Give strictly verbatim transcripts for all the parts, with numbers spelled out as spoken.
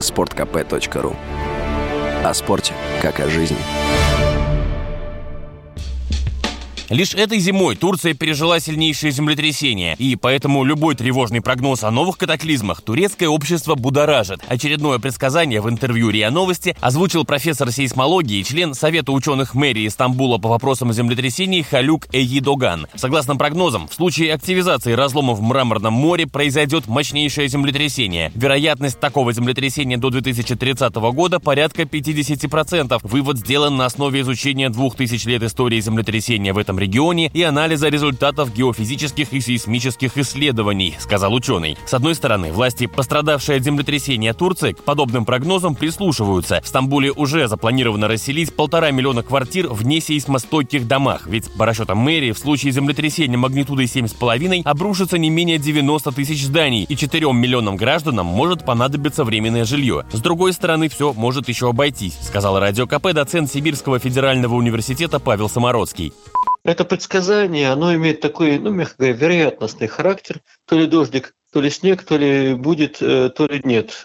спорт кэ пэ точка ру. О спорте, как о жизни. Лишь этой зимой Турция пережила сильнейшее землетрясение, и поэтому любой тревожный прогноз о новых катаклизмах турецкое общество будоражит. Очередное предсказание в интервью РИА Новости озвучил профессор сейсмологии и член Совета ученых мэрии Стамбула по вопросам землетрясений Халюк Эйидоган. Согласно прогнозам, в случае активизации разломов в Мраморном море произойдет мощнейшее землетрясение. Вероятность такого землетрясения до две тысячи тридцатого года порядка пятьдесят процентов. Вывод сделан на основе изучения двух тысяч лет истории землетрясения в этом регионе и анализа результатов геофизических и сейсмических исследований, сказал ученый. С одной стороны, власти, пострадавшие от землетрясения Турции, к подобным прогнозам прислушиваются. В Стамбуле уже запланировано расселить полтора миллиона квартир в несейсмостойких домах, ведь по расчетам мэрии в случае землетрясения магнитудой семь с половиной обрушится не менее девяносто тысяч зданий, и четырем миллионам гражданам может понадобиться временное жилье. С другой стороны, все может еще обойтись, сказал Радио ка пэ доцент Сибирского федерального университета Павел Самородский. Это предсказание, оно имеет такой, ну, мягко говоря, вероятностный характер. То ли дождик, то ли снег, то ли будет, то ли нет.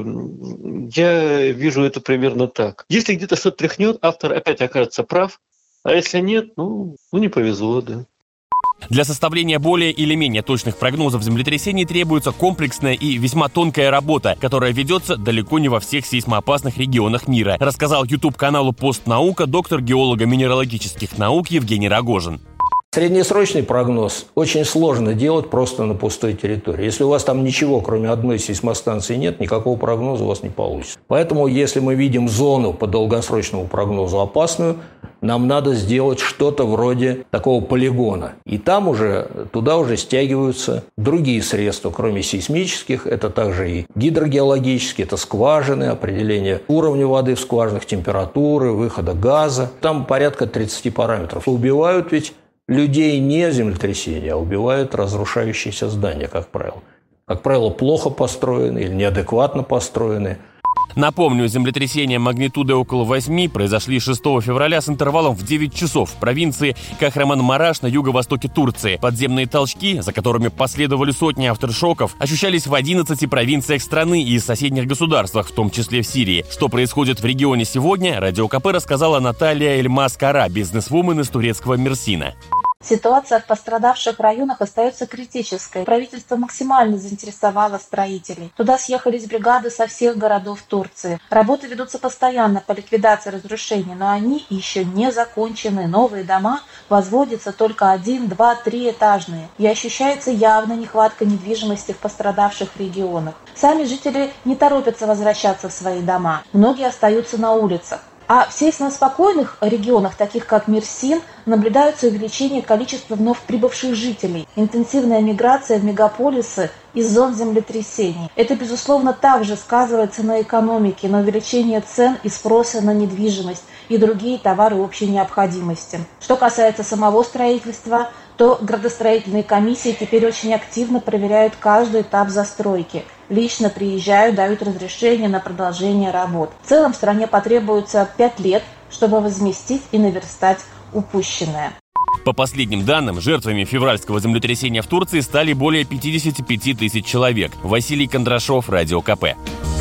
Я вижу это примерно так. Если где-то что-то тряхнет, автор опять окажется прав, а если нет, ну, ну не повезло, да. Для составления более или менее точных прогнозов землетрясений требуется комплексная и весьма тонкая работа, которая ведется далеко не во всех сейсмоопасных регионах мира, рассказал YouTube-каналу «Постнаука» доктор геолого-минералогических наук Евгений Рогожин. Среднесрочный прогноз очень сложно делать просто на пустой территории. Если у вас там ничего, кроме одной сейсмостанции нет, никакого прогноза у вас не получится. Поэтому, если мы видим зону по долгосрочному прогнозу опасную, нам надо сделать что-то вроде такого полигона. И там уже, туда уже стягиваются другие средства, кроме сейсмических. Это также и гидрогеологические, это скважины, определение уровня воды в скважинах, температуры, выхода газа. Там порядка тридцать параметров. Убивают ведь людей не землетрясения, а убивают разрушающиеся здания, как правило. Как правило, плохо построены или неадекватно построены. Напомню, землетрясения магнитудой около восьми произошли шестого февраля с интервалом в девять часов в провинции Кахраман-Мараш на юго-востоке Турции. Подземные толчки, за которыми последовали сотни авторшоков, ощущались в одиннадцати провинциях страны и соседних государствах, в том числе в Сирии. Что происходит в регионе сегодня, Радио ка пэ рассказала Наталья Эльмаз-Кара, бизнесвумен из турецкого Мерсина. Ситуация в пострадавших районах остается критической. Правительство максимально заинтересовало строителей. Туда съехались бригады со всех городов Турции. Работы ведутся постоянно по ликвидации разрушений, но они еще не закончены. Новые дома возводятся только один, два, три этажные. И ощущается явная нехватка недвижимости в пострадавших регионах. Сами жители не торопятся возвращаться в свои дома. Многие остаются на улицах. А в сейсмоспокойных регионах, таких как Мерсин, наблюдается увеличение количества вновь прибывших жителей, интенсивная миграция в мегаполисы из зон землетрясений. Это, безусловно, также сказывается на экономике, на увеличении цен и спроса на недвижимость и другие товары общей необходимости. Что касается самого строительства, то градостроительные комиссии теперь очень активно проверяют каждый этап застройки. Лично приезжают, дают разрешение на продолжение работ. В целом в стране потребуется пять лет, чтобы возместить и наверстать упущенное. По последним данным, жертвами февральского землетрясения в Турции стали более пятьдесят пять тысяч человек. Василий Кондрашов, Радио ка пэ.